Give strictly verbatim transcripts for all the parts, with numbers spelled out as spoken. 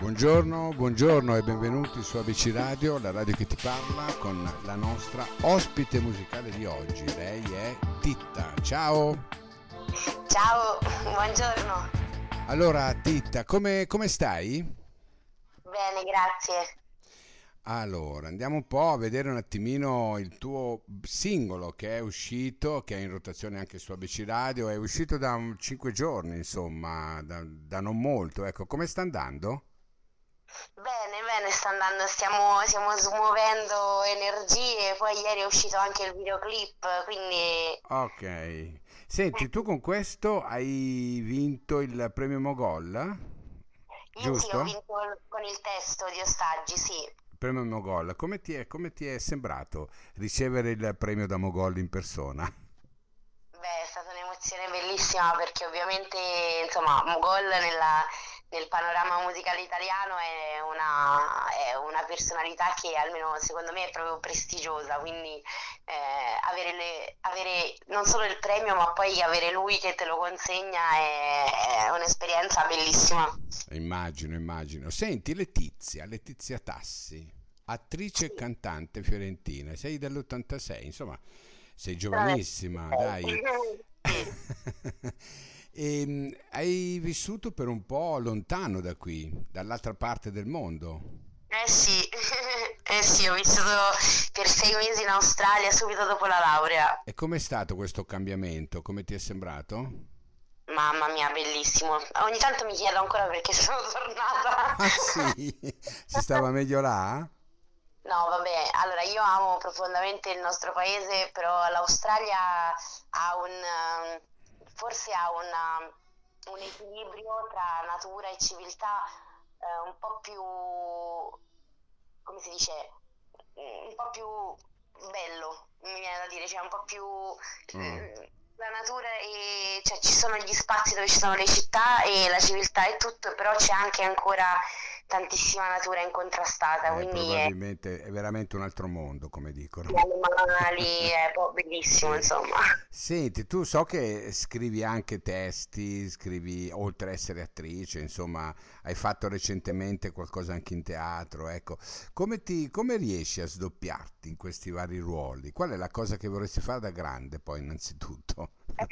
Buongiorno, buongiorno e benvenuti su A B C Radio, la radio che ti parla, con la nostra ospite musicale di oggi. Lei è Titta. Ciao! Ciao, buongiorno. Allora, Titta, come, come stai? Bene, grazie. Allora, andiamo un po' a vedere un attimino il tuo singolo che è uscito, che è in rotazione anche su A B C Radio, è uscito da un cinque giorni, insomma, da, da non molto. Ecco, come sta andando? Bene, bene, sta andando, stiamo, stiamo smuovendo energie, poi ieri è uscito anche il videoclip, quindi Ok. Senti, tu con questo hai vinto il premio Mogol, io sì, ho giusto? vinto il- con il testo di Ostaggi, sì. Il premio Mogol. Come ti è, come ti è sembrato ricevere il premio da Mogol in persona? Beh, è stata un'emozione bellissima perché ovviamente, insomma, Mogol nella- nel panorama musicale italiano è una, è una personalità che almeno secondo me è proprio prestigiosa, quindi eh, avere, le- avere non solo il premio ma poi avere lui che te lo consegna è, è un'esperienza bellissima. Immagino, immagino. Senti, Letizia, Letizia Tassi, attrice e Sì, cantante fiorentina, sei dell'ottantasei, insomma, sei sono giovanissima, dai. nel- Sì. E, hai vissuto per un po' lontano da qui, dall'altra parte del mondo. Eh sì, eh sì, ho vissuto per sei mesi in Australia subito dopo la laurea. E com'è stato questo cambiamento? Come ti è sembrato? Mamma mia, bellissimo. Ogni tanto mi chiedo ancora perché sono tornata. Ah sì, si stava meglio là? No, vabbè, allora io amo profondamente il nostro paese, però l'Australia ha un, ehm, forse ha una- un equilibrio tra natura e civiltà eh, un po' più, come si dice, un po' più bello, mi viene da dire, cioè un po' più Ah. mm, la natura e cioè ci sono gli spazi dove ci sono le città e la civiltà e tutto, però c'è anche ancora tantissima natura incontrastata, Eh, quindi è probabilmente è veramente un altro mondo, come dicono. gli animali, è po- bellissimo, Sì. insomma. Senti, tu so che scrivi anche testi, scrivi oltre a essere attrice, insomma, hai fatto recentemente qualcosa anche in teatro, ecco. Come ti, come riesci a sdoppiarti in questi vari ruoli? Qual è la cosa che vorresti fare da grande, poi, innanzitutto?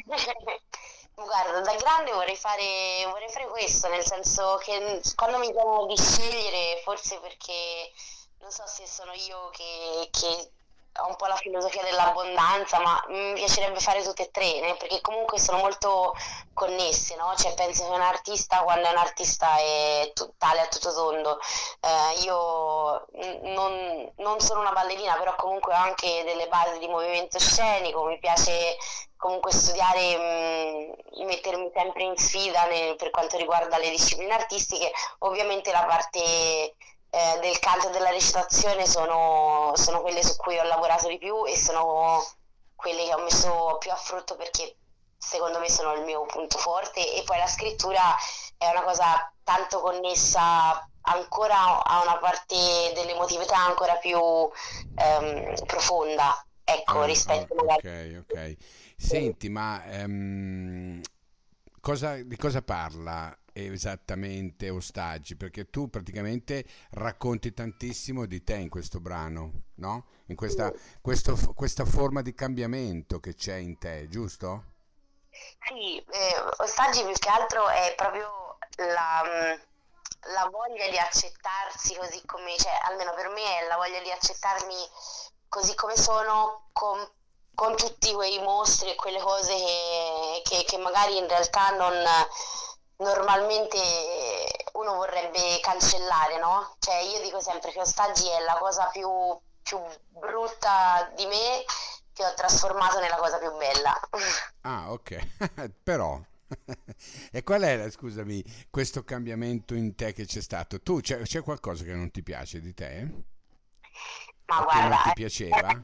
Guarda, da grande vorrei fare, vorrei fare questo, nel senso che quando mi chiedono di scegliere, forse perché non so se sono io che, che ho un po' la filosofia dell'abbondanza, ma mi piacerebbe fare tutte e tre, né? Perché comunque sono molto connesse, no? Cioè penso che un artista, quando è un artista, è tu- tale a tutto tondo. Eh, io n- non, non sono una ballerina, però comunque ho anche delle basi di movimento scenico, mi piace comunque studiare, mh, mettermi sempre in sfida nel- per quanto riguarda le discipline artistiche, ovviamente la parte eh, del canto e della recitazione sono, sono quelle su cui ho lavorato di più e sono quelle che ho messo più a frutto perché secondo me sono il mio punto forte e poi la scrittura è una cosa tanto connessa ancora a una parte dell'emotività ancora più ehm, profonda, ecco, Ah, o- rispetto magari. ok, ok. Senti, ma ehm, cosa- di cosa parla esattamente Ostaggi? Perché tu praticamente racconti tantissimo di te in questo brano, no? In questa, questo- questa forma di cambiamento che c'è in te, giusto? Sì, eh, ostaggi più che altro è proprio la, mh, la voglia di accettarsi così come, cioè almeno per me è la voglia di accettarmi così come sono con, con tutti quei mostri e quelle cose che, che- che magari in realtà non normalmente uno vorrebbe cancellare, no? Cioè io dico sempre che ostaggi è la cosa più, più brutta di me che ho trasformato nella cosa più bella. Ah, ok, però... E qual è, scusami, questo cambiamento in te che c'è stato? Tu c'è, c'è qualcosa che non ti piace di te? Ma O che non guarda, ti eh, piaceva?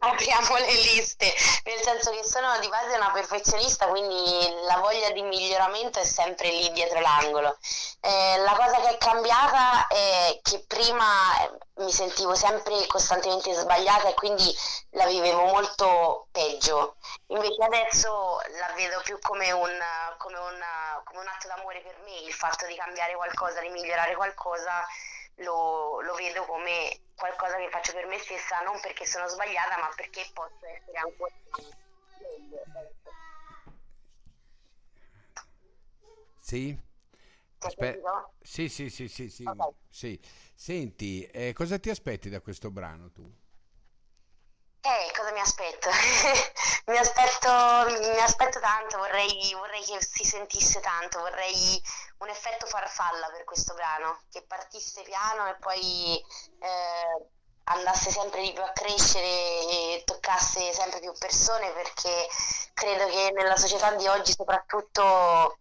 apriamo le liste, nel senso che sono di base una perfezionista, quindi la voglia di miglioramento è sempre lì dietro l'angolo. Eh, la cosa che è cambiata è che prima eh, mi sentivo sempre costantemente sbagliata e quindi la vivevo molto peggio. Invece adesso la vedo più come un, come una- come un atto d'amore per me, il fatto di cambiare qualcosa, di migliorare qualcosa, lo, lo vedo come qualcosa che faccio per me stessa, non perché sono sbagliata, ma perché posso essere ancora meglio. Ecco. Sì? Ti hai Aspetta. capito? Sì, sì, sì, sì, sì, Ok. sì. Senti, eh, cosa ti aspetti da questo brano tu? Eh, cosa mi aspetto? Mi aspetto, mi aspetto tanto, vorrei, vorrei che si sentisse tanto, vorrei un effetto farfalla per questo brano, che partisse piano e poi eh, andasse sempre di più a crescere e toccasse sempre più persone, perché credo che nella società di oggi soprattutto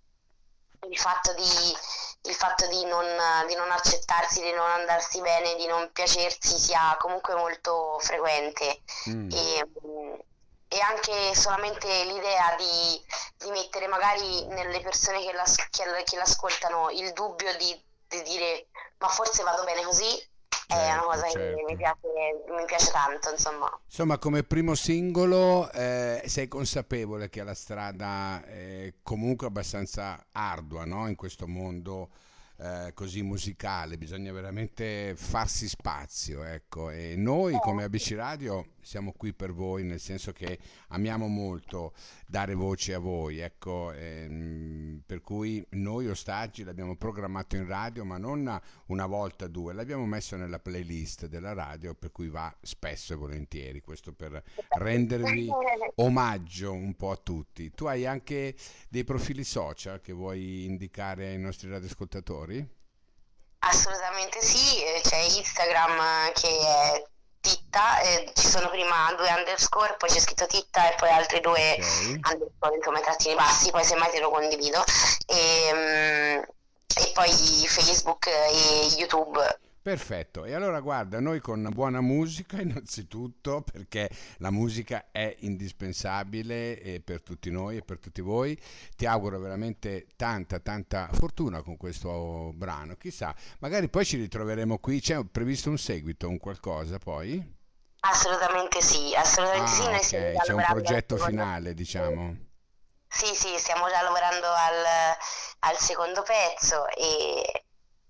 il fatto di, il fatto di non, di non accettarsi, di non andarsi bene, di non piacersi sia comunque molto frequente Mm. e, mm, e anche solamente l'idea di, di mettere magari nelle persone che, l'as- che- che l'ascoltano il dubbio di, di dire ma forse vado bene così è una Certo, cosa che mi certo. piace, mi piace tanto, insomma. Insomma, come primo singolo, eh, sei consapevole che la strada è comunque abbastanza ardua, no? In questo mondo eh, così musicale, bisogna veramente farsi spazio, ecco. E noi come A B C Radio siamo qui per voi, nel senso che amiamo molto dare voce a voi, ecco. ehm, per cui noi Ostaggi l'abbiamo programmato in radio, ma non una volta, due, l'abbiamo messo nella playlist della radio, per cui va spesso e volentieri, questo per rendervi omaggio un po' a tutti. Tu hai anche dei profili social che vuoi indicare ai nostri radioascoltatori? Assolutamente sì, eh, c'è Instagram eh, che è Titta, eh, ci sono prima due underscore, poi c'è scritto Titta e poi altri Ok. due underscore, insomma, i trattini bassi, poi semmai te lo condivido. E, mm, e poi Facebook e YouTube. Perfetto, e allora guarda, noi con buona musica innanzitutto, perché la musica è indispensabile eh, per tutti noi e per tutti voi, ti auguro veramente tanta tanta fortuna con questo brano, chissà, magari poi ci ritroveremo qui, c'è previsto un seguito, un qualcosa poi? Assolutamente sì, assolutamente sì, Ah noi stiamo ok, già c'è un lavorando al progetto secondo finale, pezzo. diciamo. Sì, sì, stiamo già lavorando al, al secondo pezzo e,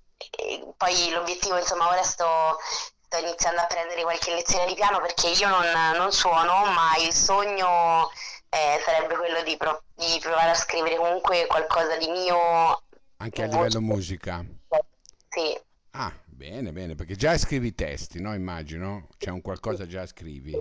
e poi l'obiettivo, insomma, ora sto, sto iniziando a prendere qualche lezione di piano perché io non, non suono, ma il sogno eh, sarebbe quello di, pro- di provare a scrivere comunque qualcosa di mio, Anche a livello voce. musica. Sì, Ah, bene, bene, perché già scrivi i testi, no? Immagino, c'è un sì, qualcosa già scrivi.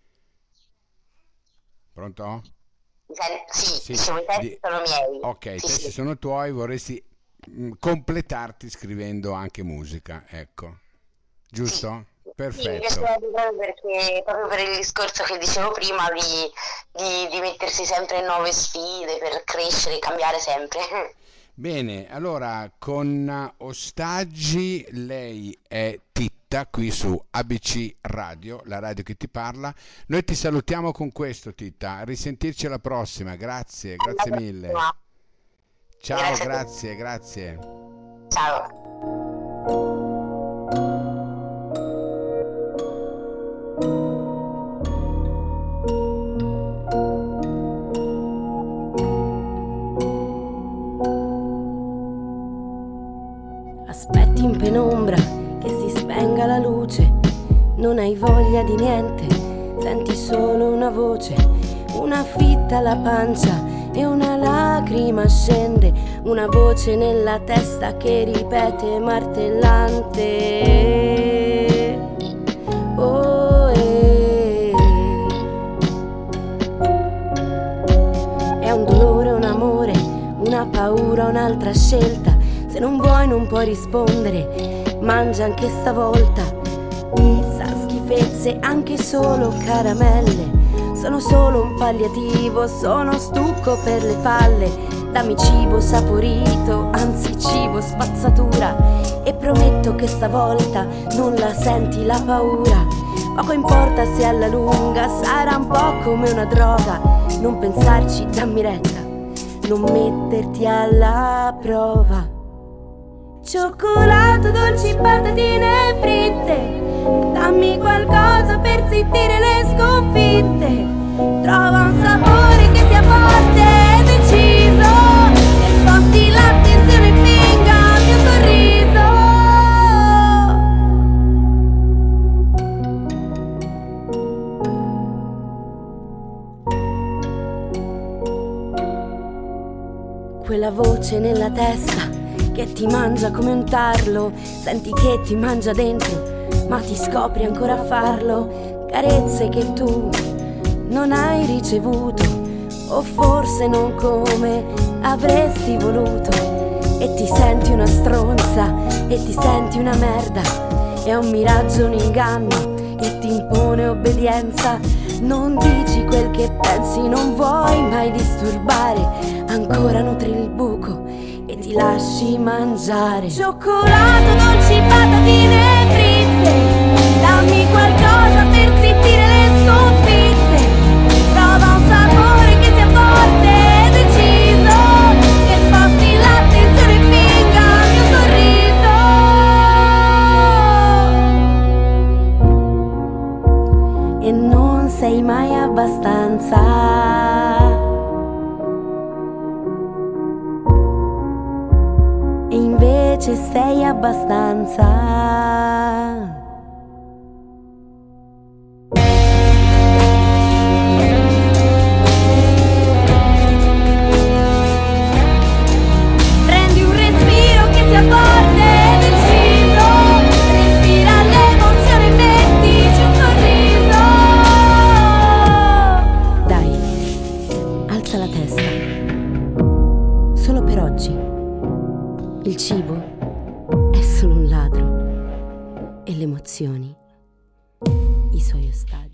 Pronto? Sen- sì, Sì, dicevo, i testi di- sono miei. ok, i Sì, testi sì. sono tuoi, vorresti mm, completarti scrivendo anche musica, ecco, Sì, giusto? sì, mi Perfetto. piacerebbe proprio perché, proprio per il discorso che dicevo prima di, di- di mettersi sempre in nuove sfide per crescere e cambiare sempre. Bene, allora con Ostaggi lei è Titta qui su A B C Radio, la radio che ti parla. Noi ti salutiamo con questo, Titta. A risentirci alla prossima. Grazie, Alla grazie mille. prossima. Ciao, Grazie a te. grazie, grazie. Ciao. Aspetti in penombra che si spenga la luce, non hai voglia di niente, senti solo una voce, una fitta alla pancia e una lacrima scende, una voce nella testa che ripete martellante. Oh, eh. È un dolore, un amore, una paura, un'altra scelta. Se non vuoi non puoi rispondere, mangia anche stavolta. Pizza, schifezze, anche solo caramelle. Sono solo un palliativo, sono stucco per le falle. Dammi cibo saporito, anzi cibo spazzatura. E prometto che stavolta non la senti la paura. Poco importa se alla lunga sarà un po' come una droga. Non pensarci, dammi retta, non metterti alla prova. Cioccolato, dolci, patatine fritte, dammi qualcosa per zittire le sconfitte. Trova un sapore che sia forte e deciso, e sposti l'attenzione e finga il mio sorriso. Quella voce nella testa che ti mangia come un tarlo, senti che ti mangia dentro, ma ti scopri ancora a farlo. Carezze che tu non hai ricevuto, o forse non come avresti voluto, e ti senti una stronza, e ti senti una merda, è un miraggio, un inganno che ti impone obbedienza. Non dici quel che pensi, non vuoi mai disturbare, ancora nutri il buco e ti lasci mangiare. Cioccolato, dolci, patatine fritte, dammi qualcosa per zittire le sconfitte. Trova un sapore che sia forte e deciso, che sposti l'attenzione e finga il mio sorriso. E non sei mai abbastanza, e invece sei abbastanza. Prendi un respiro che sia forte e deciso, respira l'emozione e mettici un sorriso. Dai, alza la testa, solo per oggi. Il cibo è solo un ladro e le emozioni i suoi ostaggi.